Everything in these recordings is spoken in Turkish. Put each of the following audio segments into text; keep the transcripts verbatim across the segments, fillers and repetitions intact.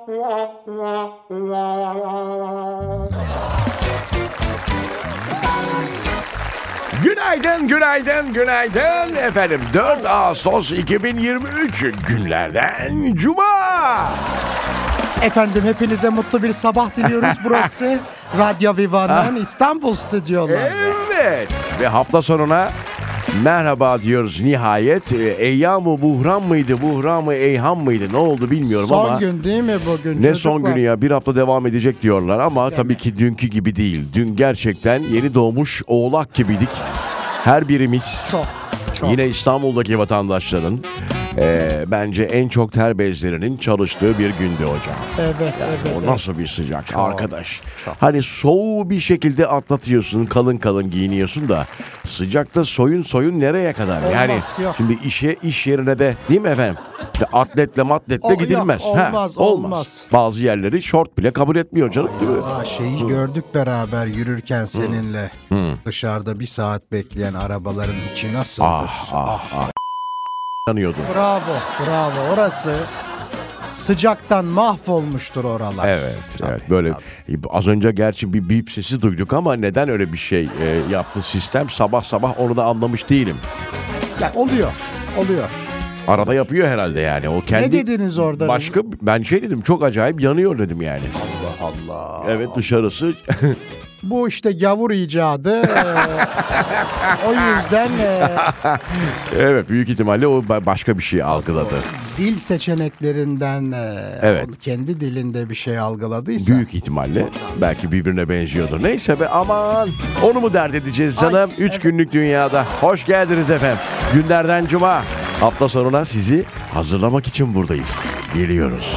Günaydın, günaydın, günaydın efendim. dört Ağustos iki bin yirmi üç günlerden Cuma. Efendim hepinize mutlu bir sabah diliyoruz. Burası Radyo Viva'nın İstanbul stüdyoları. Evet ve hafta sonuna merhaba diyoruz nihayet. Eyyam-ı buhran mıydı, buhran mı, eyham mıydı, ne oldu bilmiyorum son ama. Son gün değil mi bugün Ne çocuklar? son günü ya, bir hafta devam edecek diyorlar ama Değil tabii mi? ki dünkü gibi değil. Dün gerçekten yeni doğmuş oğlak gibiydik. Her birimiz. Çok, çok. Yine İstanbul'daki vatandaşların e, bence en çok ter bezlerinin çalıştığı bir gündü hocam. Evet, Yani evet. o nasıl bir sıcak Çok, arkadaş. çok. Hani soğuğu bir şekilde atlatıyorsun, kalın kalın giyiniyorsun da sıcakta soyun soyun nereye kadar? Olmaz, yani yok. şimdi işe iş yerine de değil mi efendim? İşte atletle matletle O- yok, gidilmez. olmaz, olmaz. Bazı yerleri şort bile kabul etmiyor canım, değil mi? Aa, şeyi gördük beraber yürürken seninle. Dışarıda bir saat bekleyen arabaların içi nasıldır? Ah ah ah. Yanıyordu. Bravo, bravo. Orası sıcaktan mahvolmuştur oralar. Evet, Tabii, evet. Böyle tabii. az önce gerçi bir bip sesi duyduk ama neden öyle bir şey e, yaptı sistem? Sabah sabah onu da anlamış değilim. Ya oluyor, oluyor. Arada yapıyor herhalde yani. O kendi Ne dediniz orada? Başka ben şey dedim, çok acayip yanıyor dedim yani. Allah Allah. Evet, dışarısı. Bu işte gavur icadı. Ee, o yüzden e, Evet, büyük ihtimalle o ba- başka bir şey algıladı. dil seçeneklerinden e, Evet. onu kendi dilinde bir şey algıladıysa. Büyük ihtimalle belki birbirine benziyordur. Neyse be, aman onu mu dert edeceğiz canım? Ay, Üç evet. günlük dünyada. Hoş geldiniz efendim. Günlerden Cuma. Hafta sonuna sizi hazırlamak için buradayız. Geliyoruz.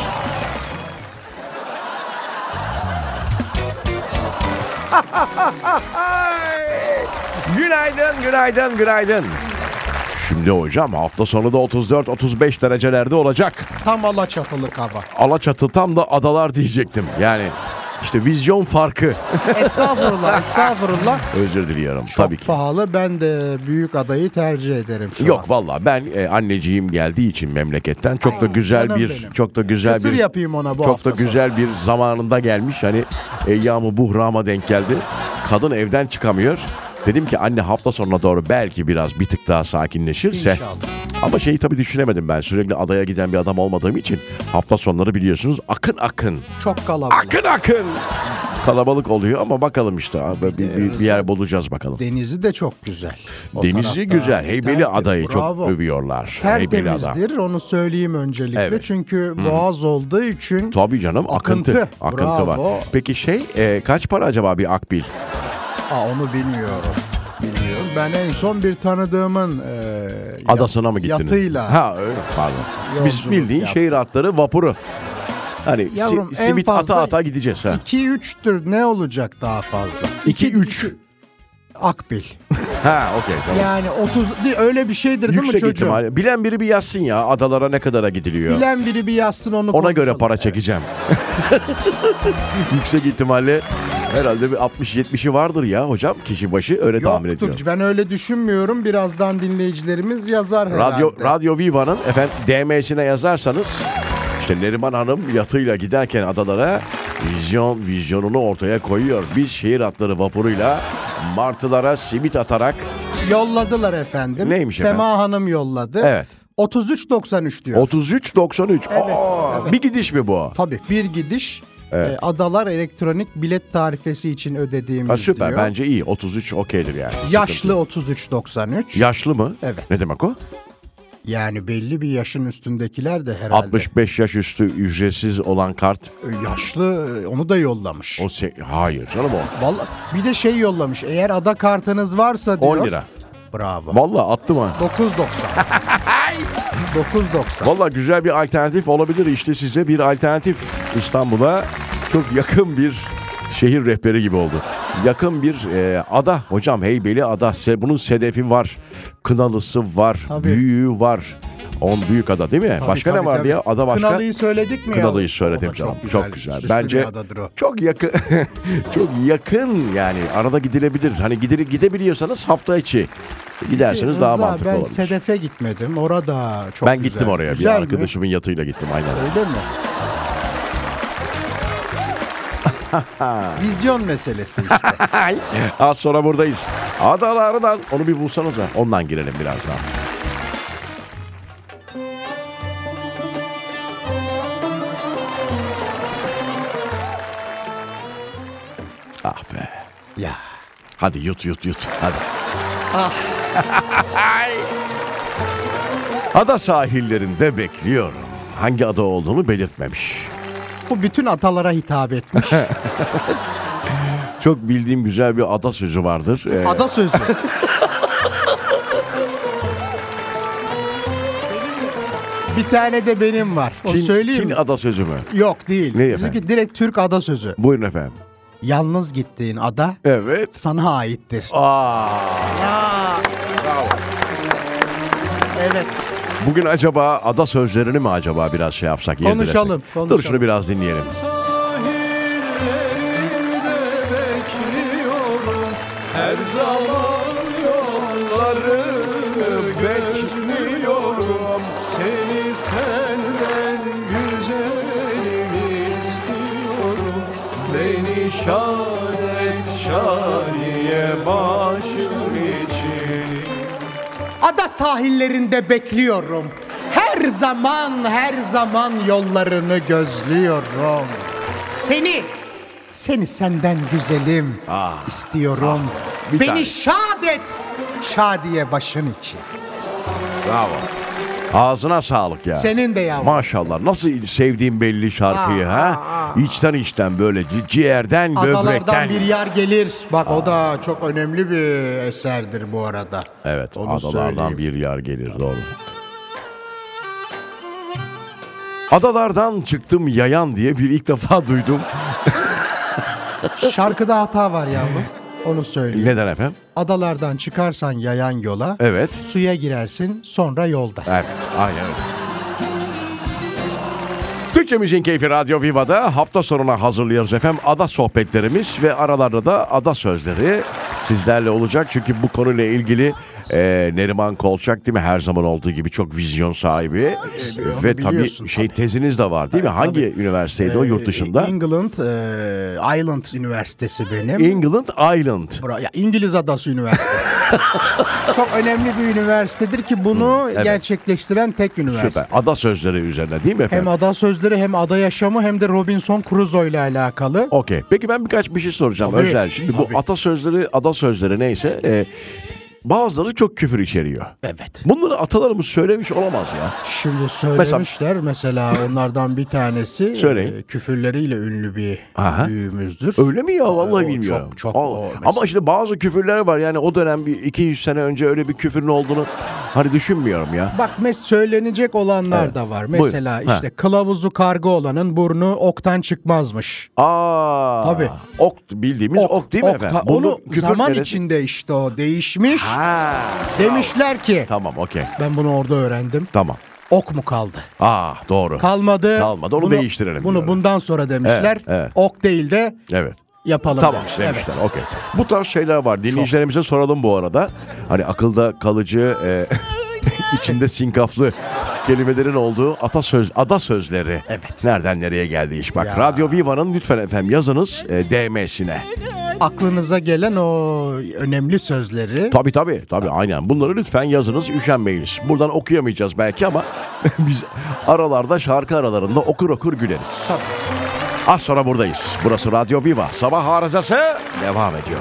Günaydın, günaydın, günaydın. Şimdi hocam hafta sonu da otuz dört otuz beş derecelerde olacak. Tam Alaçatılık hava. Alaçatı tam da adalar diyecektim. Yani işte vizyon farkı. Estağfurullah, estağfurullah. Özür diliyorum. Çok Tabii ki. pahalı. Ben de büyük adayı tercih ederim şu Yok an. valla ben e, anneciğim geldiği için memleketten çok da Ay, güzel canım bir benim. çok da güzel Kısır bir yapayım ona bu çok hafta da güzel bir zamanında gelmiş. Hani eyyam-ı buhrama denk geldi. Kadın evden çıkamıyor. Dedim ki anne hafta sonuna doğru belki biraz bir tık daha sakinleşirse. İnşallah. Ama şeyi tabii düşünemedim ben. Sürekli adaya giden bir adam olmadığım için hafta sonları biliyorsunuz akın akın. Çok kalabalık. Akın akın. Kalabalık oluyor ama bakalım işte. Bir, bir, bir yer bulacağız bakalım. Denizi de çok güzel. O Denizi tarafta. güzel. Heybeli Tertemiz, adayı bravo. çok övüyorlar. Heybeli ada. Tertemizdir, onu söyleyeyim öncelikle. Evet. Çünkü boğaz olduğu için Tabii canım, akıntı. Akıntı. Akıntı var. Bravo. Peki şey e, kaç para acaba bir akbil? Aa, onu bilmiyorum. Bilmiyorum. Ben en son bir tanıdığımın e, Adasına mı gittiniz? yatıyla. Ha öyle, pardon. Biz Yolculuk bildiğin yaptım. şehir hatları vapuru. Hani si- Yavrum, en simit fazla ata ata gideceğiz. ha. iki üçtür ne olacak daha fazla? iki üç. Akbil. Ha okey tamam. Yani otuz değil, öyle bir şeydir değil mi Yüksek çocuğum? ihtimalle. Bilen biri bir yazsın ya, adalara ne kadara gidiliyor. Bilen biri bir yazsın onu Ona göre konuşalım. para çekeceğim. Yüksek ihtimalle herhalde bir altmış yetmişi vardır ya hocam, kişi başı, öyle tahmin ediyorum. Yoktur. Ben öyle düşünmüyorum. Birazdan dinleyicilerimiz yazar herhalde. Radyo, Radyo Viva'nın efendim D M'sine yazarsanız işte Neriman Hanım yatıyla giderken adalara vizyon vizyonunu ortaya koyuyor. Biz şehir hatları vapuruyla martılara simit atarak. Yolladılar efendim. Neymiş Sema efendim? Hanım yolladı. Evet. otuz üç doksan üç diyor. otuz üç doksan üç. Evet, Aa, evet. Bir gidiş mi bu? Tabii bir gidiş. Evet. e, adalar elektronik bilet tarifesi için ödediğimiz Ha, süper, diyor. bence iyi. otuz üç okeydir yani. Yaşlı Sıkıntı. otuz üç doksan üç. Yaşlı mı? Evet. Ne demek o? Yani belli bir yaşın üstündekiler de herhalde. altmış beş yaş üstü ücretsiz olan kart. E, Yaşlı e, onu da yollamış. O se- Hayır canım o. Vallahi bir de şey yollamış. Eğer ada kartınız varsa diyor. on lira. Bravo. Vallahi attım ha. dokuz doksan. dokuz doksan. Valla güzel bir alternatif olabilir. İşte size bir alternatif. İstanbul'a çok yakın bir şehir rehberi gibi oldu. Yakın bir e, ada hocam, Heybeli ada. Se- Bunun Sedef'i var, Kınalısı var, Tabii. Büyüğü var. On büyük ada değil mi? Tabii, başka tabii, ne vardı tabii. ya? Ada başka. Kınalı'yı söyledik mi ya? Kınalı'yı söyledim O da canım. Çok Çok güzel. güzel. Süslü Bence bir adadır o. çok yakın. Çok yakın yani. Arada gidilebilir. Hani gidile, gidebiliyorsanız hafta içi giderseniz daha Rıza, mantıklı ben olur. Sedef'e gitmedim. Orada çok Ben güzel. gittim oraya. Güzel Bir mi? arkadaşımın yatıyla gittim aynen. Öyle mi? Vizyon meselesi işte. Az sonra buradayız. Adalardan onu bir bulsanıza. Ondan girelim birazdan. Ah be. Ya. Hadi yut yut yut. Hadi. Ah. Ada sahillerinde bekliyorum. Hangi ada olduğunu belirtmemiş. Bu bütün atalara hitap etmiş. Çok bildiğim güzel bir ada sözü vardır. Ee, Ada sözü. Bir tane de benim var. O Çin, söyleyeyim Çin mi? ada sözü mü? Yok değil. Ne Bizimki efendim? direkt Türk ada sözü. Buyurun efendim. Yalnız gittiğin ada Evet. sana aittir. Aa. Ya. Bravo. Evet. Bugün acaba ada sözlerini mi acaba biraz şey yapsak? Konuşalım, irdelesek? konuşalım. Dur şunu biraz dinleyelim. Her zaman yolları bekliyorum. Seni senden güzelim istiyorum. Beni şad et şadiye başım için. Ada sahillerinde bekliyorum. Her zaman her zaman yollarını gözlüyorum. Seni, seni senden güzelim Ah, istiyorum. bir Beni tane. şad et şadiye başın için. Bravo. Ağzına sağlık ya. Senin de yavrum. Maşallah. Nasıl sevdiğim belli şarkıyı Aa, ha? aa, aa. İçten içten böyle ci- ciğerden, Adalardan böbrekten. bir yer gelir. Bak o da çok önemli bir eserdir bu arada. Evet, Onu adalardan söyleyeyim. bir yer gelir doğru. Adalardan çıktım yayan diye bir ilk defa duydum. Şarkıda hata var yavrum. Onu söyleyeyim. Neden efendim? Adalardan çıkarsan yayan yola, Evet. suya girersin sonra yolda. Evet, aynen öyle. Türkçemizin Keyfi Radyo Viva'da hafta sonuna hazırlıyoruz efendim. Ada sohbetlerimiz ve aralarda da ada sözleri sizlerle olacak. Çünkü bu konuyla ilgili e, Neriman Kolçak değil mi? Her zaman olduğu gibi çok vizyon sahibi. E, onu ve tabii biliyorsun, şey tabii. teziniz de var değil mi? Tabii, Hangi tabii. üniversiteydi o yurt dışında? Ee, England, e, Island Üniversitesi benim. England Island. Bura- ya İngiliz Adası Üniversitesi. Çok önemli bir üniversitedir ki bunu evet. gerçekleştiren tek üniversite. Süper. Ada sözleri üzerine değil mi efendim? Hem ada sözleri hem ada yaşamı hem de Robinson Crusoe ile alakalı. Okey. Peki ben birkaç bir şey soracağım Tabii, özel. Şimdi tabii. bu atasözleri, ada sözleri neyse e, bazıları çok küfür içeriyor. Evet. Bunları atalarımız söylemiş olamaz ya. Şimdi söylemişler mesela, onlardan bir tanesi Söyleyin. e, küfürleriyle ünlü bir Aha. büyüğümüzdür. Öyle mi ya? Vallahi O bilmiyorum. Çok çok. Aa, o ama mesela. işte bazı küfürler var. Yani o dönem bir iki yüz sene önce öyle bir küfürün olduğunu hani düşünmüyorum ya. Bak mes söylenecek olanlar Evet. da var. Buyurun. Mesela Ha. işte kılavuzu karga olanın burnu oktan çıkmazmış. Aa. Tabii. Ok bildiğimiz ok, değil mi ok- efendim? ta- Bunun Onu küfür zaman neresi? içinde işte o değişmiş. Ha. Demişler ki, Tamam okey. ben bunu orada öğrendim. Tamam. Ok mu kaldı? Ah doğru. Kalmadı. Kalmadı, onu Bunu- değiştirelim Bunu diyorum. bundan sonra demişler. Evet, evet. Ok değil de Evet. yapalım Tamam demişler. demişler. Okey. Bu tarz şeyler var. Dinleyicilerimize soralım bu arada. Hani akılda kalıcı e, içinde sinkaflı kelimelerin olduğu atasöz, ada sözleri. Evet. Nereden nereye geldi iş bak. Ya. Radyo Viva'nın lütfen efendim yazınız e, D M'sine. Aklınıza gelen o önemli sözleri Tabii tabii tabii aynen. Bunları lütfen yazınız, üşenmeyiniz. Buradan okuyamayacağız belki ama biz aralarda şarkı aralarında okur okur güleriz. Tabii. Az sonra buradayız. Burası Radyo Viva. Sabah arızası devam ediyor.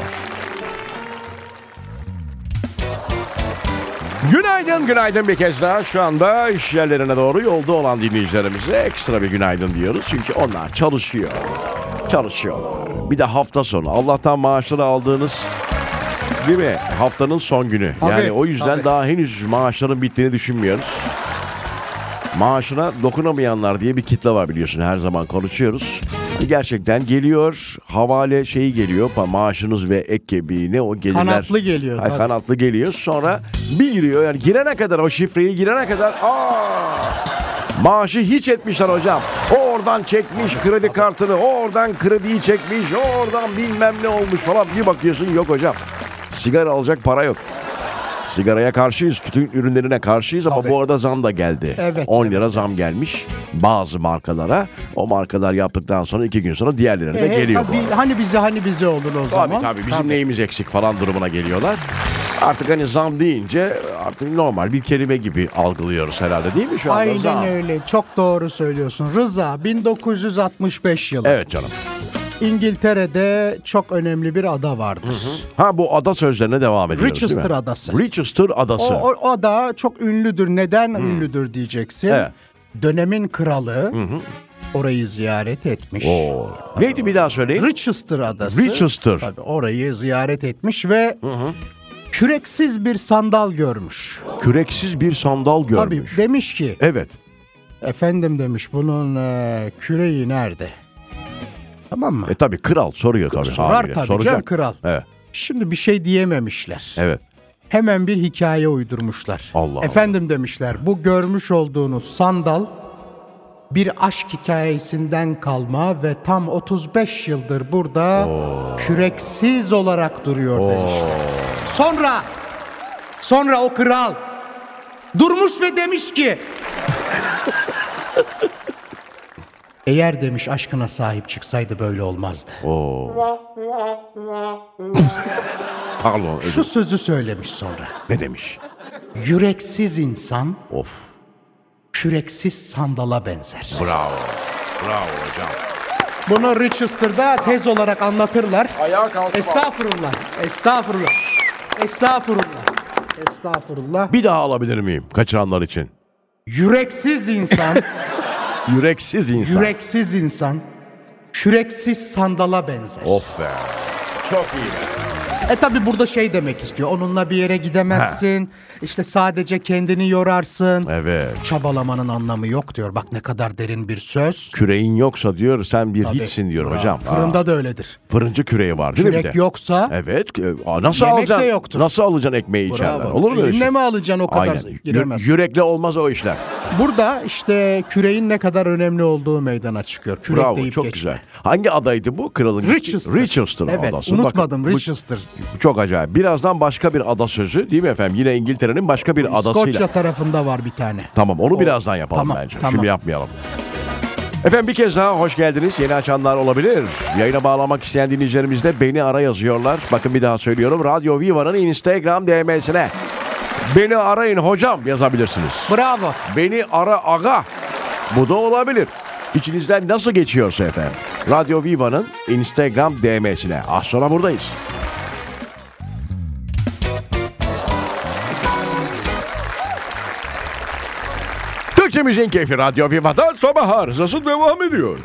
Günaydın, günaydın bir kez daha. Şu anda iş yerlerine doğru yolda olan dinleyicilerimize ekstra bir günaydın diyoruz. Çünkü onlar çalışıyor. Çalışıyorlar. Bir de hafta sonu. Allah'tan maaşları aldığınız, değil mi? Haftanın son günü. Tabii, yani o yüzden tabii. daha henüz maaşların bittiğini düşünmüyoruz. Maaşına dokunamayanlar diye bir kitle var biliyorsun. Her zaman konuşuyoruz. Gerçekten geliyor, havale şeyi geliyor. Pa- Maaşınız ve ek gibi ne o gelirler. Kanatlı geliyor, Ay, tabii. kanatlı geliyor. Sonra bir giriyor. Yani girene kadar, o şifreyi girene kadar aa! Maaşı hiç etmişler hocam. O oradan çekmiş kredi kartını, o oradan krediyi çekmiş, o oradan bilmem ne olmuş falan. Bir bakıyorsun yok hocam. Sigara alacak para yok. Sigaraya karşıyız, tütün ürünlerine karşıyız ama Tabii. bu arada zam da geldi. Evet, on evet, lira zam gelmiş bazı markalara. O markalar yaptıktan sonra iki gün sonra diğerlerine de Ee, geliyor bu tabii, arada. hani bize hani bize olur o zaman. Tabii tabii bizim neyimiz eksik falan durumuna geliyorlar. Artık hani zam deyince artık normal bir kelime gibi algılıyoruz herhalde değil mi şu anda Aynen zam? öyle. Çok doğru söylüyorsun. Rıza bin dokuz yüz altmış beş yılı. Evet canım. İngiltere'de çok önemli bir ada vardır. Ha bu ada sözlerine devam ediyoruz değil mi? Rochester Adası. Rochester Adası. O, o, o da çok ünlüdür. Neden ünlüdür diyeceksin. Evet. Dönemin kralı orayı ziyaret etmiş. Oo. Neydi bir daha söyleyin? Rochester Adası. Rochester. Tabii orayı ziyaret etmiş ve küreksiz bir sandal görmüş. Küreksiz bir sandal Tabii görmüş. demiş ki Evet. efendim demiş bunun e, küreği nerede? Tamam mı? E tabii kral soruyor tabii. Sorar haliyle. tabii Soracak. canım kral. Evet. Şimdi bir şey diyememişler. Evet. Hemen bir hikaye uydurmuşlar. Allah Allah. Efendim demişler bu görmüş olduğunuz sandal bir aşk hikayesinden kalma ve tam otuz beş yıldır burada küreksiz olarak duruyor demiş. Sonra sonra o kral durmuş ve demiş ki eğer demiş aşkına sahip çıksaydı böyle olmazdı. Pardon. özür- Şu sözü söylemiş sonra. Ne demiş? Yüreksiz insan Of. küreksiz sandala benzer. Bravo. Bravo hocam. Bunu Rochester'da tez olarak anlatırlar. Ayağa kalkma. Estağfurullah. Estağfurullah. Estağfurullah. Estağfurullah. Bir daha alabilir miyim kaçıranlar için? Yüreksiz insan, Yüreksiz insan. yüreksiz insan küreksiz sandala benzer. Of be. Çok iyi be. E tabi burada şey demek istiyor. Onunla bir yere gidemezsin. İşte sadece kendini yorarsın. Evet. Çabalamanın anlamı yok diyor. Bak ne kadar derin bir söz. Küreğin yoksa diyor sen bir Tabii. hiçsin diyor Bravo. hocam. Fırında Aa, da öyledir. fırıncı küreği var değil mi bir Kürek de? yoksa Evet. e, aa, Nasıl Yemek de alacaksın? yoktur. Nasıl alacaksın ekmeği içeriden? bravo. Olur mu öyle Elinle şey? mi alacaksın o kadar Aynen. Yü- giremezsin. Yürekle olmaz o işler. Burada işte küreğin ne kadar önemli olduğu meydana çıkıyor. Kürek Bravo deyip çok geçme. güzel. Hangi adaydı bu? Kralın Rochester. Rochester Evet adası. unutmadım Bakın, bu- Rochester. Çok acayip. Birazdan başka bir ada sözü değil mi efendim? Yine İngiltere'nin başka bir adasıyla. İskoçya tarafında var bir tane. Tamam onu birazdan yapalım tamam, bence. tamam. Şimdi yapmayalım. Efendim bir kez daha hoş geldiniz. Yeni açanlar olabilir. Yayına bağlamak isteyen dinleyicilerimiz de beni ara yazıyorlar. Bakın bir daha söylüyorum. Radyo Viva'nın Instagram D M'sine beni arayın hocam yazabilirsiniz. Bravo. Beni ara aga. Bu da olabilir. İçinizden nasıl geçiyorsa efendim. Radyo Viva'nın Instagram D M'sine. Az sonra buradayız. Türkçe Müziğin Keyfi Radyo Viva'da sabah arızası devam ediyor.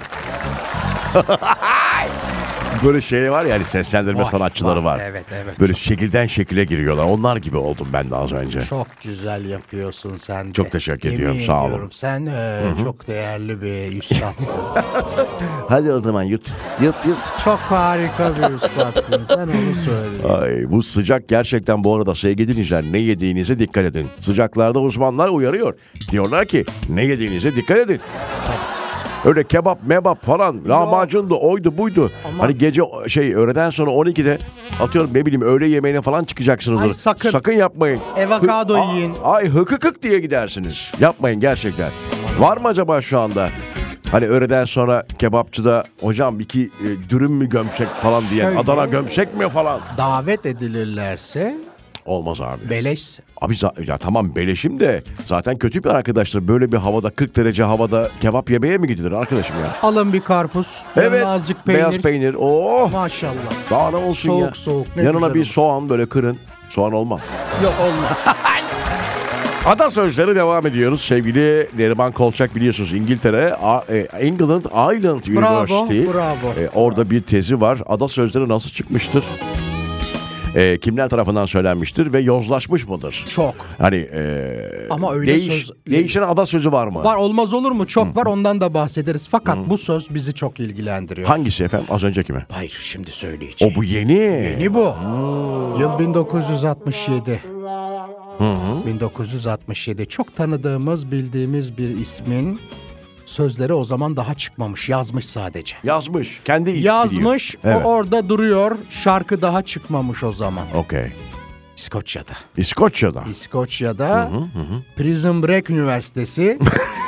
Böyle şey var ya hani seslendirme Var, sanatçıları var. var. Evet, evet. Böyle şekilden şekile giriyorlar. Onlar gibi oldum ben de az önce. Çok güzel yapıyorsun sen de. Çok teşekkür Yemin ediyorum, sağ olun. ediyorum. Sen e, çok değerli bir üstadsın. Hadi o zaman yut. Yut yut. çok harika bir üstadsın. Sen onu söyle. Ay bu sıcak gerçekten bu arada sevgili dinleyiciler ne yediğinize dikkat edin. Sıcaklarda uzmanlar uyarıyor. Diyorlar ki ne yediğinize dikkat edin. Öyle kebap mebap falan lahmacundu oydu buydu. Ama- Hani gece şey öğleden sonra on ikide atıyorum ne bileyim öğle yemeğine falan çıkacaksınızdır. Ay, sakın. Sakın yapmayın. Avokado Hı- yiyin. A- Ay hıkıkık diye gidersiniz. Yapmayın gerçekten. Var mı acaba şu anda? Hani öğleden sonra kebapçıda hocam iki e, dürüm mü gömsek falan diyen Şöyle. Adana gömsek mi falan. Davet edilirlerse Olmaz abi. beleş. Abi za- ya tamam beleşim de zaten kötü bir arkadaşlar. Böyle bir havada kırk derece havada kebap yemeye mi gidilir arkadaşım ya? Alın bir karpuz. Evet. yanına azıcık peynir. Beyaz peynir. Oh. Maşallah. Daha ne olsun Soğuk ya? soğuk, ne Yanına güzel bir olur. soğan böyle kırın. Soğan olmaz. Yok olmaz. Ada sözleri devam ediyoruz. Sevgili Neriman Kolçak biliyorsunuz İngiltere, A- e, England Island University. bravo. E, orada bir tezi var. Ada sözleri nasıl çıkmıştır? E, kimler tarafından söylenmiştir ve yozlaşmış mıdır? Çok. Hani e, Ama öyle değiş- söz- değişen ada sözü var mı? Var olmaz olur mu? Çok var ondan da bahsederiz. Fakat bu söz bizi çok ilgilendiriyor. Hangisi efendim? Az önceki mi? Hayır şimdi söyleyeceğim. O bu yeni. Yeni bu. Yıl bin dokuz yüz altmış yedi. bin dokuz yüz altmış yedi. Çok tanıdığımız, bildiğimiz bir ismin sözleri o zaman daha çıkmamış. Yazmış sadece. Yazmış. Kendi Yazmış, biliyor. Evet. o orada duruyor. Şarkı daha çıkmamış o zaman. Okey. İskoçya'da. İskoçya'da. İskoçya'da Hı hı hı. Prison Break Üniversitesi.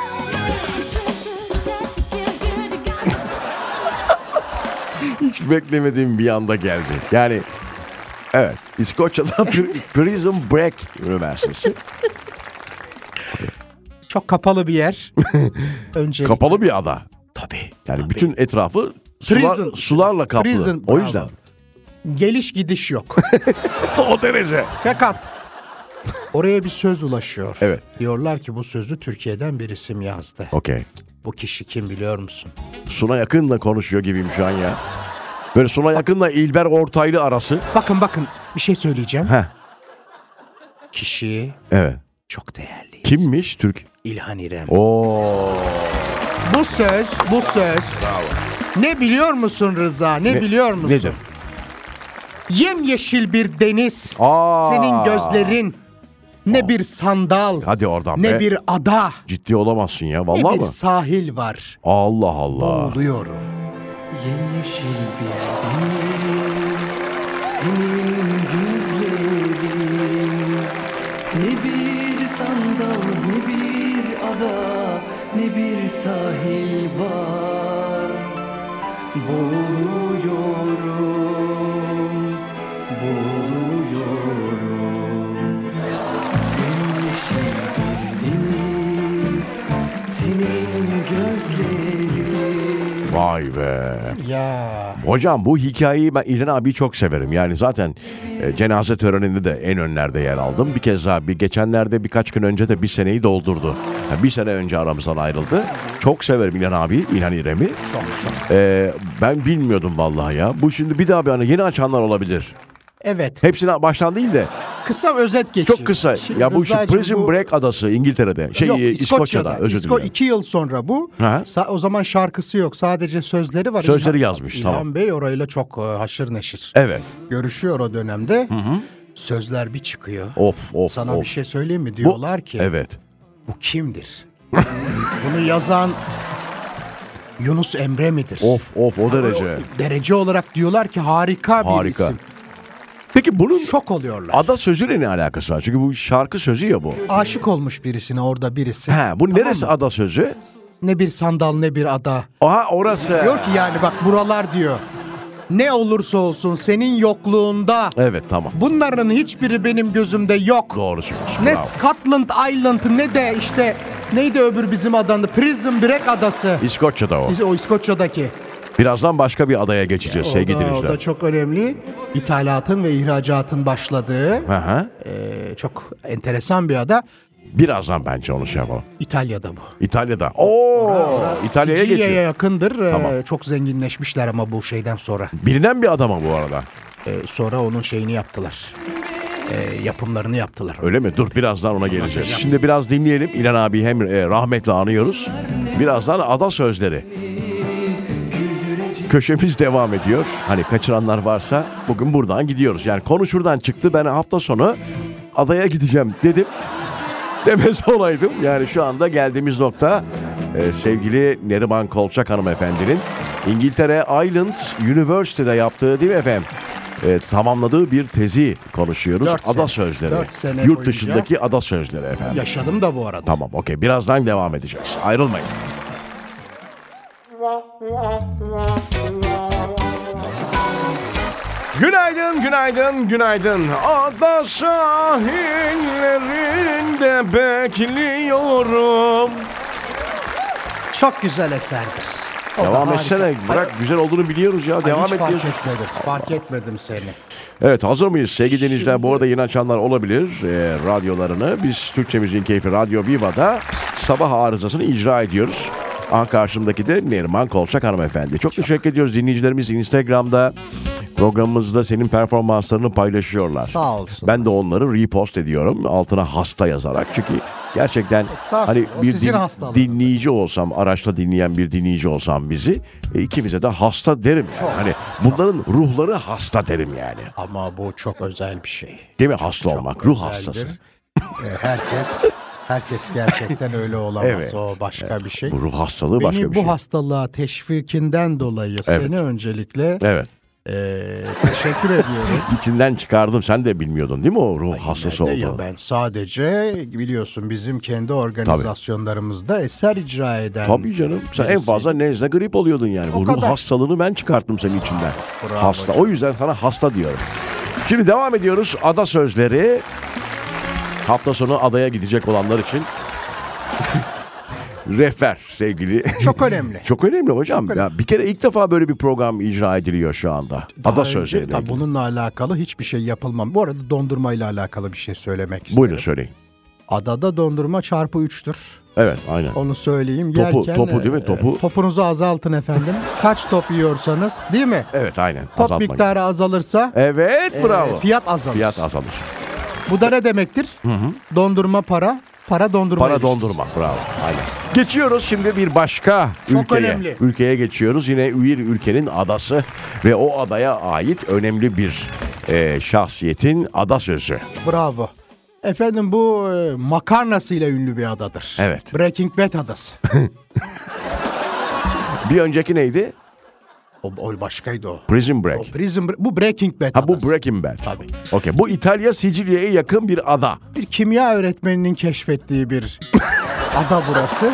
Hiç beklemediğim bir anda geldi. Yani evet, İskoçya'da Pri- Prison Break Üniversitesi. Çok kapalı bir yer. Öncelikle. Kapalı bir ada. Tabii. Yani tabii. bütün etrafı sular, Prison. sularla kaplı. Prison, O bravo. yüzden. Geliş gidiş yok. O derece. Fakat oraya bir söz ulaşıyor. Evet. Diyorlar ki bu sözü Türkiye'den bir isim yazdı. Okey. Bu kişi kim biliyor musun? Suna Yakın'la konuşuyor gibiyim şu an ya. Böyle Suna Yakın'la İlber Ortaylı arası. Bakın bakın bir şey söyleyeceğim. Heh. Kişi Evet. çok değerli. Kimmiş Türk? İlhan İrem. Oo. Bu söz, bu söz. Ne biliyor musun Rıza? Ne, Ne- biliyor musun? nedir? Yemyeşil bir deniz. Aa. Senin gözlerin. Ne bir sandal. Hadi oradan Ne be. bir ada. Ciddi olamazsın ya. Ne Vallahi bir mı? sahil var. Allah Allah. Boğuluyorum. Yemyeşil bir deniz, senin gözlerin. Ne bir sandal, ne bir ada, ne bir sahil var. Boğuluyorum, boğuluyorum. Yemyeşil bir deniz, senin gözlerin. Vay be. Ya. Hocam bu hikayeyi ben İlhan abiyi çok severim. Yani zaten e, cenaze töreninde de en önlerde yer aldım. Bir kez daha bir geçenlerde birkaç gün önce de bir seneyi doldurdu. Yani bir sene önce aramızdan ayrıldı. Çok severim İlhan abi, İlhan İrem'i. Çok çok. E, ben bilmiyordum vallahi ya. Bu şimdi bir daha bir ana yeni açanlar olabilir. Evet. Hepsine baştan değil de Kısa özet geçeyim. çok kısa. Şimdi Ya bu şu Rıza'cığım, Prison bu- Break adası İngiltere'de. Şey Yok, e, İskoçya'da, özür İsko- dilerim. iki yıl sonra bu. Aha. Sa- o zaman şarkısı yok. Sadece sözleri var. Sözleri İlhan- yazmış, İlhan tamam. Bey orayla çok e, haşır neşir. Evet. Görüşüyor o dönemde. Sözler bir çıkıyor. Of of Sana of. bir şey söyleyeyim mi? Bu- Diyorlar ki Evet. bu kimdir? Bunu yazan Yunus Emre midir? Of of o derece. Derece olarak diyorlar ki harika bir Harika. isim. Peki bunun Şok oluyorlar. ada sözüyle ne alakası var? Çünkü bu şarkı sözü ya bu. Aşık olmuş birisine orada birisi. He, bu Tamam neresi mı? ada sözü? Ne bir sandal ne bir ada. Aha orası. Diyor ki yani bak buralar diyor. Ne olursa olsun senin yokluğunda. Evet tamam. Bunların hiçbiri benim gözümde yok. Doğru söylüyorsun. Ne bravo. Scotland Island ne de işte neydi öbür bizim adandı? Prison Break adası. İskoçya'da o. Biz o İskoçya'daki. Birazdan başka bir adaya geçeceğiz O sevgili da, o dinleyiciler. da çok önemli. İthalatın ve ihracatın başladığı Hı hı. e, çok enteresan bir ada. Birazdan bence onu şey yapalım. İtalya'da bu. İtalya'da. Oo, İtalya'ya Sicilya'ya geçiyor. yakındır. E, Tamam. çok zenginleşmişler ama bu şeyden sonra. Bilinen bir adama bu arada. E, sonra onun şeyini yaptılar. E, yapımlarını yaptılar. Öyle mi? Dur birazdan ona geleceğiz. Şimdi biraz dinleyelim. İlhan abi hem e, rahmetle anıyoruz. Birazdan ada sözleri. Köşemiz devam ediyor. Hani kaçıranlar varsa bugün buradan gidiyoruz. Yani konu şuradan çıktı. Ben hafta sonu adaya gideceğim dedim. Demez olaydım. Yani şu anda geldiğimiz nokta e, sevgili Neriman Kolçak hanımefendinin İngiltere Island University'de yaptığı değil mi efendim? E, tamamladığı bir tezi konuşuyoruz. Dört ada sene. sözleri. Dört sene Yurt boyunca. dışındaki ada sözleri efendim. Yaşadım da bu arada. Tamam okey. Birazdan devam edeceğiz. Ayrılmayın. Günaydın, günaydın, günaydın. Ada sahillerinde bekliyorum. Çok güzel eserdir. O da Devam harika. etsene. Bırak güzel olduğunu biliyoruz ya. Ay, Devam hiç et fark diyorsun. etmedim. Fark etmedim seni. Evet hazır mıyız sevgili dinleyiciler? Bu arada yeni açanlar olabilir e, radyolarını. Biz Türkçe Müziğin Keyfi Radyo Viva'da sabah arızasını icra ediyoruz. Aha karşımdaki de Neriman Kolçak hanımefendi. Çok teşekkür ediyoruz dinleyicilerimiz Instagram'da programımızda senin performanslarını paylaşıyorlar. Sağ olsun. Ben de onları repost ediyorum altına hasta yazarak. Çünkü gerçekten Estağfurullah, hani o bir sizin din- hastalığınız. dinleyici olsam, araçta dinleyen bir dinleyici olsam bizi e, ikimize de hasta derim. Yani. Hani bunların ruhları hasta derim yani. Ama bu çok özel bir şey. Değil mi hasta olmak? Ruh Özeldir. hastası. Ee, herkes herkes gerçekten öyle olamaz. Evet. O başka bir şey. Bu ruh hastalığı Beni başka bir bu şey. hastalığa teşvikinden dolayı Evet. seni öncelikle Evet. e, Ee, teşekkür ediyorum. İçinden çıkardım. Sen de bilmiyordun değil mi o ruh hastası Nerede ya, olduğunu? ben sadece biliyorsun bizim kendi organizasyonlarımızda eser icra eden. Tabii canım. Sen en birisi. fazla nezle grip oluyordun yani. O Bu ruh kadar. hastalığını ben çıkarttım senin içinden. Bravo Hasta. hocam. O yüzden sana hasta diyorum. Şimdi devam ediyoruz. Ada sözleri. Hafta sonu adaya gidecek olanlar için rehber sevgili. Çok önemli. Çok önemli hocam. Çok önemli. Ya bir kere ilk defa böyle bir program icra ediliyor şu anda. Daha Ada önce sözleriyle da ilgili. bununla alakalı hiçbir şey yapılmam. Bu arada dondurmayla alakalı bir şey söylemek isterim. Buyurun söyleyin. Adada dondurma çarpı üçtür. Evet aynen. Onu söyleyeyim. Topu- Yerken, topu değil mi? e, Topu. topunuzu azaltın efendim. Kaç top yiyorsanız değil mi? Evet aynen. Top Azaltmayın. miktarı azalırsa Evet e, bravo. fiyat azalır. Fiyat azalır. Bu da ne demektir? Dondurma para, para dondurma Para ilişkisi. dondurma bravo. Aynen. Geçiyoruz şimdi bir başka Çok ülkeye. önemli. Ülkeye geçiyoruz. Yine bir ülkenin adası ve o adaya ait önemli bir e, şahsiyetin ada sözü. Bravo. Efendim bu e, makarnasıyla ünlü bir adadır. Evet. Breaking Bad adası. Bir önceki neydi? o, o başkaydı o. Prison Break. O Prison Break- bu Breaking Bad Ha bu adası. Breaking Bad. Tabii. Okey. Bu İtalya Sicilya'ya yakın bir ada. Bir kimya öğretmeninin keşfettiği bir ada burası.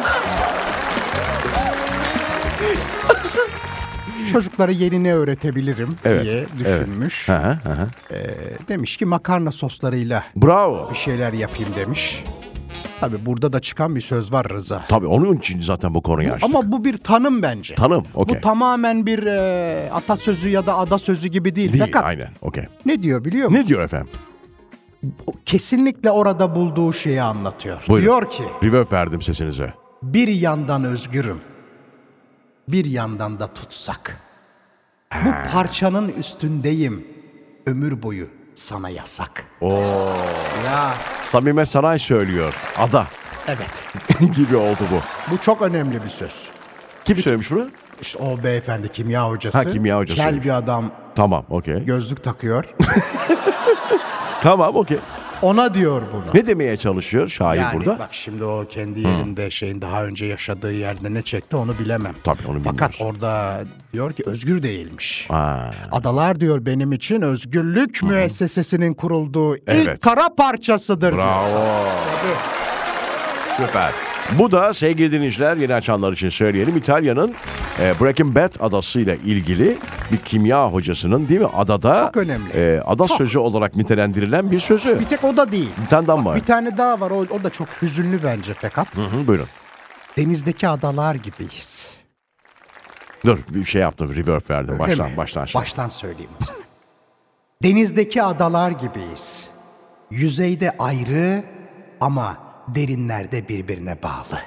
Çocuklara yeni ne öğretebilirim Evet, diye düşünmüş. Hı hı, hı hı. Demiş ki makarna soslarıyla Bravo. bir şeyler yapayım demiş. Tabii burada da çıkan bir söz var Rıza. Tabii onun için zaten bu konuyu açtık. Ama bu bir tanım bence. Tanım. Okey. Bu tamamen bir e, atasözü ya da ada sözü gibi değil. Değil. Fakat Aynen. Okey. ne diyor biliyor musun? Ne diyor efendim? O kesinlikle orada bulduğu şeyi anlatıyor. Buyurun. Diyor ki Reverb verdim sesinize. bir yandan özgürüm, bir yandan da tutsak. Bu parçanın üstündeyim, ömür boyu sana yasak. Oo. Ya Samime Sanay söylüyor. Ada evet, gibi oldu bu. bu çok önemli bir söz. Kim söylemiş bunu? İşte o beyefendi kimya hocası. Ha, kimya hocası. Kel bir adam, Tamam, okey. gözlük takıyor. Tamam, okey. Ona diyor bunu. Ne demeye çalışıyor şair Yani burada? bak şimdi o kendi yerinde şeyin daha önce yaşadığı yerde ne çekti onu bilemem. Tabii onu Fakat bilmiyoruz. orada diyor ki özgür değilmiş. Aa, Adalar diyor benim için özgürlük müessesesinin kurulduğu Evet. ilk kara parçasıdır. diyor. bravo. Süper. Bu da sevgili dinleyiciler yeni açanlar için söyleyelim. İtalya'nın e, Breaking Bad adasıyla ilgili bir kimya hocasının değil mi adada Çok önemli. e, ada Çok. sözü olarak nitelendirilen bir sözü. Bir tek o da değil. Bir tane daha var. Bir tane daha var. O, o da çok hüzünlü bence fakat. Hı hı, buyurun. Denizdeki adalar gibiyiz. Dur bir şey yaptım. Reverb verdim. Öyle Baştan mi? baştan. Şey. Baştan söyleyeyim o zaman. Denizdeki adalar gibiyiz. Yüzeyde ayrı ama derinlerde birbirine bağlı.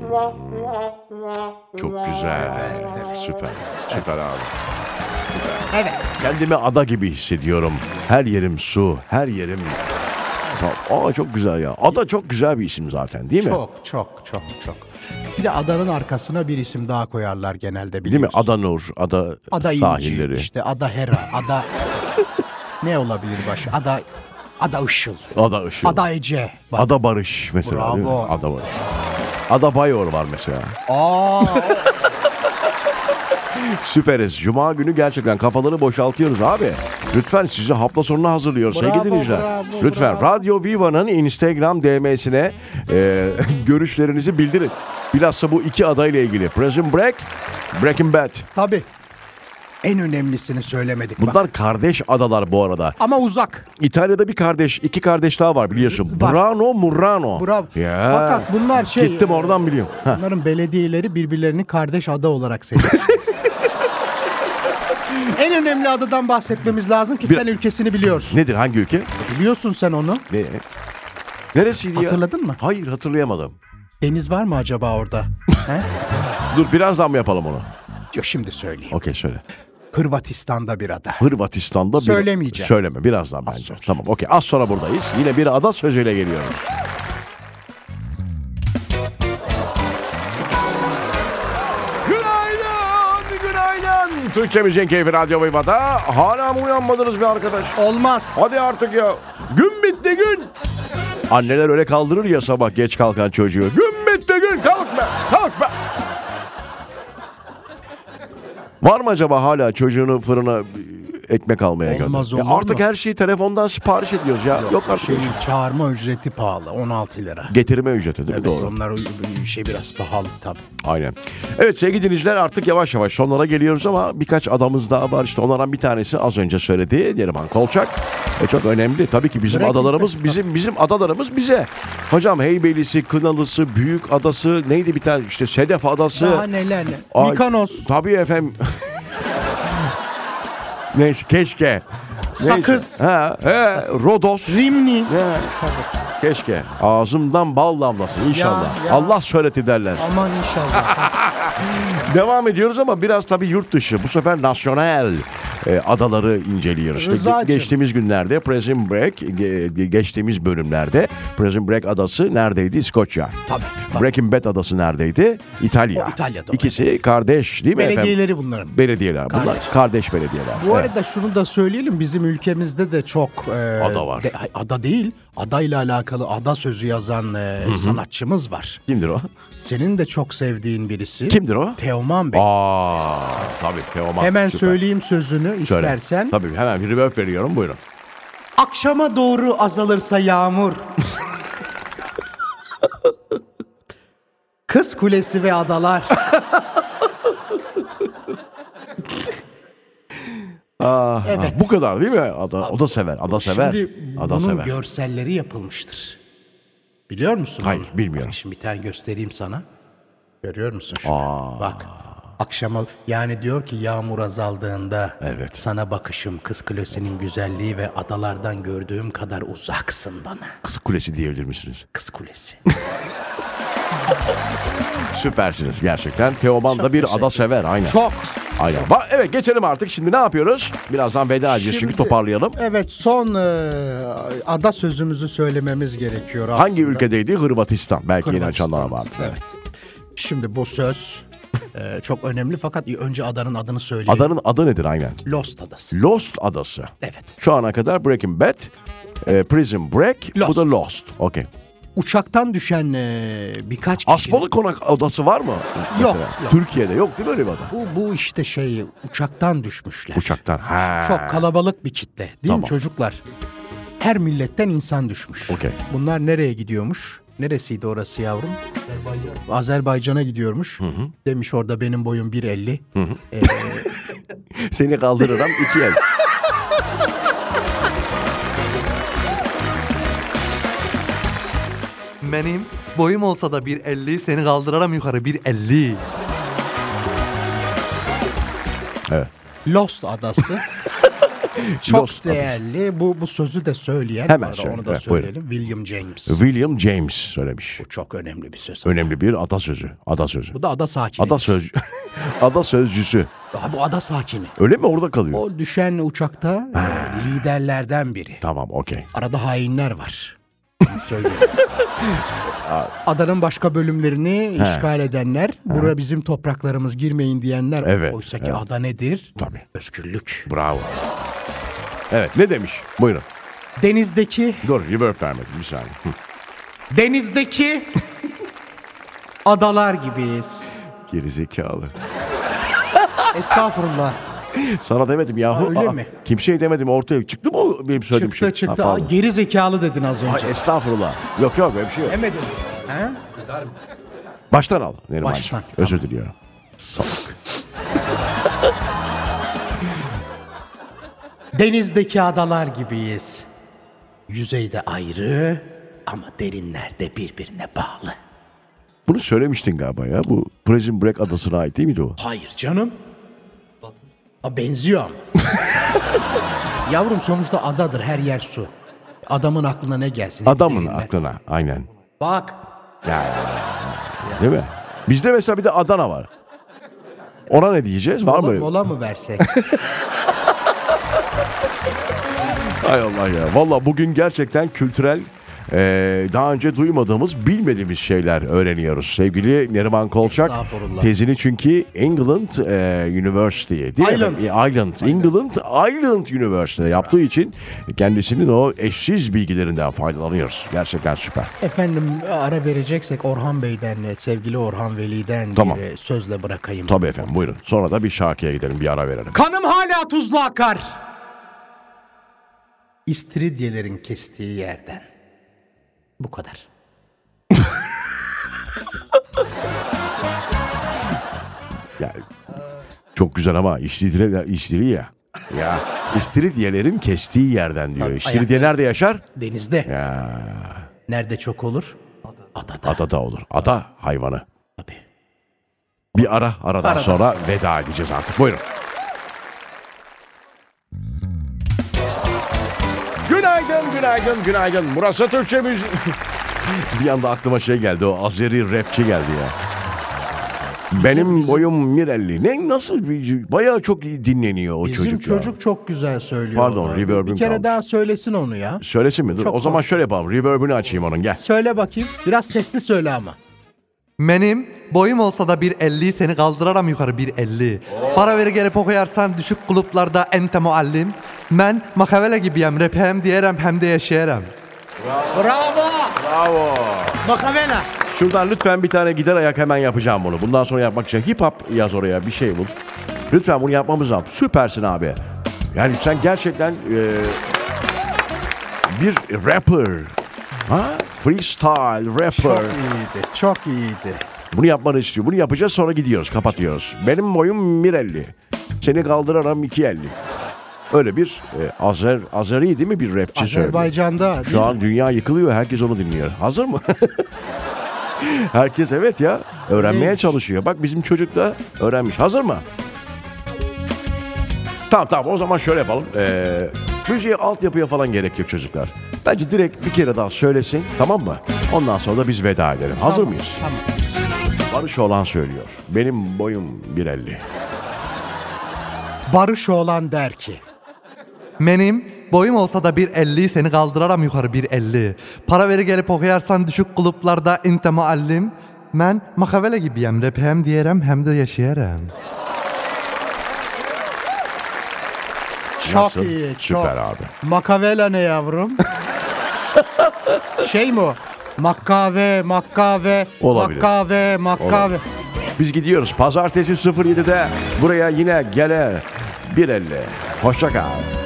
Çok güzel. Süper. Süper abi. Evet. Kendimi ada gibi hissediyorum. Her yerim su, her yerim... Aa çok güzel ya. Ada çok güzel bir isim zaten değil mi? Çok çok çok çok. Bir de adanın arkasına bir isim daha koyarlar genelde Değil mi? biliyorsun. Ada Nur, ada, Ada sahilleri. İnci, işte Ada Hera, Ada... ne olabilir baş? Ada... Ada Işıl. Ada Işıl. Ada Ece. Bak. Ada Barış mesela değil mi? Bravo. Ada Barış. Ada Bayor var mesela. Aa, Süperiz. Cuma günü gerçekten kafaları boşaltıyoruz abi. Lütfen sizi hafta sonuna hazırlıyor Bravo, sevgili dinleyiciler. bravo, Lütfen bravo. Radyo Viva'nın Instagram D M'sine e, görüşlerinizi bildirin. Bilhassa bu iki adayla ilgili. Prison Break, Breaking Bad. tabii. En önemlisini söylemedik bak. Bunlar kardeş adalar bu arada. Ama uzak. İtalya'da bir kardeş, iki kardeş daha var biliyorsun. Var. Burano, Murano. Bravo. Ya. Fakat bunlar şey... Gittim oradan biliyorum. Heh. Bunların belediyeleri birbirlerini kardeş ada olarak seviyor. En önemli adadan bahsetmemiz lazım ki Bir- sen ülkesini biliyorsun. Nedir, hangi ülke? Biliyorsun sen onu. Ne? Neresiydi ya? Hatırladın mı? Hayır, hatırlayamadım. Deniz var mı acaba orada? He? Dur birazdan mı yapalım onu? Yok şimdi söyleyeyim. Okey söyle. Hırvatistan'da bir ada. Hırvatistan'da bir... Söylemeyeceğim. Söyleme birazdan bence. sonra. Tamam okey az sonra buradayız. Yine bir ada sözüyle geliyoruz. Günaydın, günaydın. Türkçe Müziğin Keyfi Radyo Viva'da. Hala mı uyanmadınız be arkadaş? Olmaz. Hadi artık ya. Gün bitti gün. Anneler öyle kaldırır ya sabah geç kalkan çocuğu. Gün bitti gün. Kalk be. Kalk be. Var mı acaba hala çocuğunu fırına ekmek almaya Olmaz, gönder. Ya olur artık mu? her şeyi telefondan sipariş ediyoruz ya. Yok, Yok artık. Şey, çağırma ücreti pahalı. on altı lira. Getirme ücreti değil mi? Evet, Doğru. onlar o- şey biraz pahalı tabii. Aynen. Evet sevgili dinleyiciler, artık yavaş yavaş sonlara geliyoruz ama birkaç adamız daha var. İşte onlardan bir tanesi az önce söyledi. Neriman Kolçak. E çok önemli. Tabii ki bizim Breaking adalarımız, Bad. bizim bizim adalarımız bize. Hocam Heybelisi, Kınalısı, Büyük Adası, neydi bir tane işte Sedef Adası. Daha neler ne? Ay, Mikonos. Tabii efendim. Neyse keşke. Sakız. Neyse. Ha, he, Rodos. Rimni. He. Keşke. Ağzımdan bal damlasın inşallah. Ya, ya. Allah söyleti derler. Aman inşallah. Devam ediyoruz ama biraz tabii yurt dışı. Bu sefer nasyonel e, adaları inceliyoruz. İşte ge- Rıza'cığım. geçtiğimiz günlerde Prison Break, ge- geçtiğimiz bölümlerde Prison Break adası neredeydi? İskoçya. Tabii, tabii. Breaking Bad adası neredeydi? İtalya. O İtalya'da. İkisi kardeş değil mi efendim? Belediyeleri bunların. Belediyeler. Bunlar Kardeş. kardeş belediyeler. Bu Evet. arada şunu da söyleyelim, bizim ülkemizde de çok e, Ada var. de- ada değil, adayla alakalı ada sözü yazan e, sanatçımız var. Kimdir o? Senin de çok sevdiğin birisi. Kimdir o? Teoman Bey. Aa, tabii Teoman. Hemen Süper. söyleyeyim sözünü Söyle. istersen. Tabii hemen bir reverb veriyorum, buyurun. Akşama doğru azalırsa yağmur. Kız Kulesi ve adalar. Aa, Evet. ha, bu kadar değil mi? Ada, o da sever. Ada sever. Şimdi Ada bunun sever. görselleri yapılmıştır. Biliyor musun? Hayır, onu? bilmiyorum. Bak şimdi bir tane göstereyim sana. Görüyor musun şu? Aa. Bak. Akşama yani diyor ki yağmur azaldığında Evet. sana bakışım Kız Kulesi'nin güzelliği ve adalardan gördüğüm kadar uzaksın bana. Kız Kulesi diyebilir misiniz? Kız Kulesi. Süpersiniz gerçekten. Teoman da bir teşekkür ada sever. Aynen. Çok. Aynen. Ba- evet geçelim artık. Şimdi ne yapıyoruz? Birazdan veda edeceğiz çünkü Şimdi- toparlayalım. Evet, son e, ada sözümüzü söylememiz gerekiyor aslında. Hangi ülkedeydi? Hırvatistan. Belki yeni Hırvatistan. açanlar vardı. Evet. Şimdi bu söz e, çok önemli fakat önce adanın adını söyleyelim. Adanın adı nedir aynen? Lost Adası. Lost Adası. Evet. Şu ana kadar Breaking Bad, e, Prison Break, bu Lost. da Lost. Okey. Uçaktan düşen e, birkaç kişi. Asmalı Konak Adası var mı? Yok, Mesela? yok. Türkiye'de yok değil mi öyle bir ada? Bu, bu işte şey uçaktan düşmüşler. Uçaktan. Ha. Çok kalabalık bir kitle değil Tamam. mi çocuklar? Her milletten insan düşmüş. Okey. Bunlar nereye gidiyormuş? Neresiydi orası yavrum? Azerbaycan. Azerbaycan'a gidiyormuş. Demiş orada benim boyum bir elli. Ee, Seni kaldırıram iki el. Benim boyum olsa da bir elli, seni kaldıraram yukarı bir elli. Evet. Lost Adası. Çok Lost değerli. Bu bu sözü de söyleyen, Hemen bu arada söyle, onu da evet, söyleyelim. William James. William James söylemiş. Bu çok önemli bir söz. Önemli bir atasözü. Atasözü. Bu da ada sakini. Ada söz Ada sözcüsü. Daha bu ada sakini. Öyle mi, orada kalıyor? O düşen uçakta e, liderlerden biri. Tamam, okey. Arada hainler var. Bunu söyleyeyim. Adanın başka bölümlerini işgal edenler, buraya bizim topraklarımız girmeyin diyenler. Evet, Oysa ki evet. ada nedir? Tabii. Özgürlük. Bravo. Evet, ne demiş? Buyurun. Denizdeki, Dur, reverb vermedim bir saniye. Hı. denizdeki adalar gibiyiz. Gerizekalı. Estağfurullah. Sana demedim yahu. Ha, öyle Aa, mi? Kimseye demedim, ortaya çıktı mı o benim söylediğim Çıktı şey? çıktı. Ha, Aa, pardon. geri zekalı dedin az önce. Ay, estağfurullah. Yok yok, öyle bir şey yok. Demedin mi? Ha? Baştan al Nerimancığım. Baştan, Özür diliyorum. Salak. Denizdeki adalar gibiyiz. Yüzeyde ayrı ama derinlerde birbirine bağlı. Bunu söylemiştin galiba ya. Bu Prison Break adasına ait değil miydi o? Hayır canım. A, benziyor ama. Yavrum sonuçta adadır, her yer su. Adamın aklına ne gelsin? Adamın Derinler. aklına. Aynen. Bak. Ya. Değil mi? Bizde mesela bir de Adana var. Ona ne diyeceğiz? Var mı Mola, öyle? mola mı versek? Hay Allah ya. Valla bugün gerçekten kültürel, e, daha önce duymadığımız, bilmediğimiz şeyler öğreniyoruz. Sevgili Neriman Kolçak Estağfurullah. tezini çünkü England e, University değil mi? Island. E, Island. England Island University'de yaptığı için kendisinin o eşsiz bilgilerinden faydalanıyoruz. Gerçekten süper. Efendim ara vereceksek Orhan Bey'den, sevgili Orhan Veli'den Tamam. bir sözle bırakayım. Tabii efendim, buyurun. Sonra da bir şarkıya gidelim, bir ara verelim. Kanım hala tuzlu akar. İstiridye'lerin kestiği yerden. Bu kadar. Ya, çok güzel ama istiridye, istiridye. Ya istiridyelerin kestiği yerden diyor. İstiridye nerede yaşar? Denizde. Ya, Nerede çok olur? Adada. adada olur. Ada hayvanı. Tabii. Bir ara, aradan Aradan sonra veda edeceğiz artık. Buyurun. Günaydın, günaydın, günaydın. Burası Türkçe müzik. Bir anda aklıma şey geldi. O Azeri rapçi geldi ya. Benim bizim- boyum bir elli. Ne nasıl bir bayağı çok iyi dinleniyor o Bizim çocuk, çocuk, ya. çok güzel söylüyor. Pardon, onu. reverb'üm Bir kere kalmış. daha söylesin onu ya. Söylesin mi? Dur. Çok O zaman hoş. şöyle yapalım. Reverb'ünü açayım onun. Gel. Söyle bakayım. Biraz sesli söyle ama. Benim boyum olsa da bir elli seni kaldıraram yukarı bir elli. Para veri gelip okuyarsan düşük kulüplarda ente muallim. Ben makavele gibiyim rap hem diyerem hem de yaşayaram. Bravo. Bravo. Makavela. Şuradan lütfen bir tane gider ayak hemen yapacağım bunu. Bundan sonra yapmak için hip hop yaz oraya bir şey bul. Lütfen bunu yapmamız lazım. Süpersin abi. Yani sen gerçekten e, bir rapper. Ha? Freestyle rapper. Çok iyiydi. Çok iyiydi. Bunu yapmanı istiyor. Bunu yapacağız sonra gidiyoruz. Kapatıyoruz. Benim boyum bir elli. Seni kaldıraram iki elli. Öyle bir e, Azer, Azeri değil mi bir rapçi söylüyor. Azerbaycan'da değil Şu mi? an dünya yıkılıyor. Herkes onu dinliyor. Hazır mı? Herkes evet ya. Öğrenmeye Neymiş? çalışıyor. Bak bizim çocuk da öğrenmiş. Hazır mı? Tamam tamam o zaman şöyle yapalım. Ee, müziğe altyapıya falan gerek yok çocuklar. Bence direkt bir kere daha söylesin. Tamam mı? Ondan sonra da biz veda edelim. Hazır Tamam, mıyız? Tamam. Barış olan söylüyor. Benim boyum bir elli. Barış oğlan der ki. Benim boyum olsa da bir elli seni kaldıraram yukarı bir elli. Para veri gelip okuyarsan düşük kulüplarda ente muallim. Ben makavele gibiyim rap hem diyerem hem de yaşayaram. Çok Nasıl? iyi. Çok. Süper abi. Makavela ne yavrum? Şey mi o? Makkave, makkave, Olabilir. makkave, makkave. Olabilir. Biz gidiyoruz. Pazartesi sıfır yedide buraya yine gele bir elli. Hoşça kal.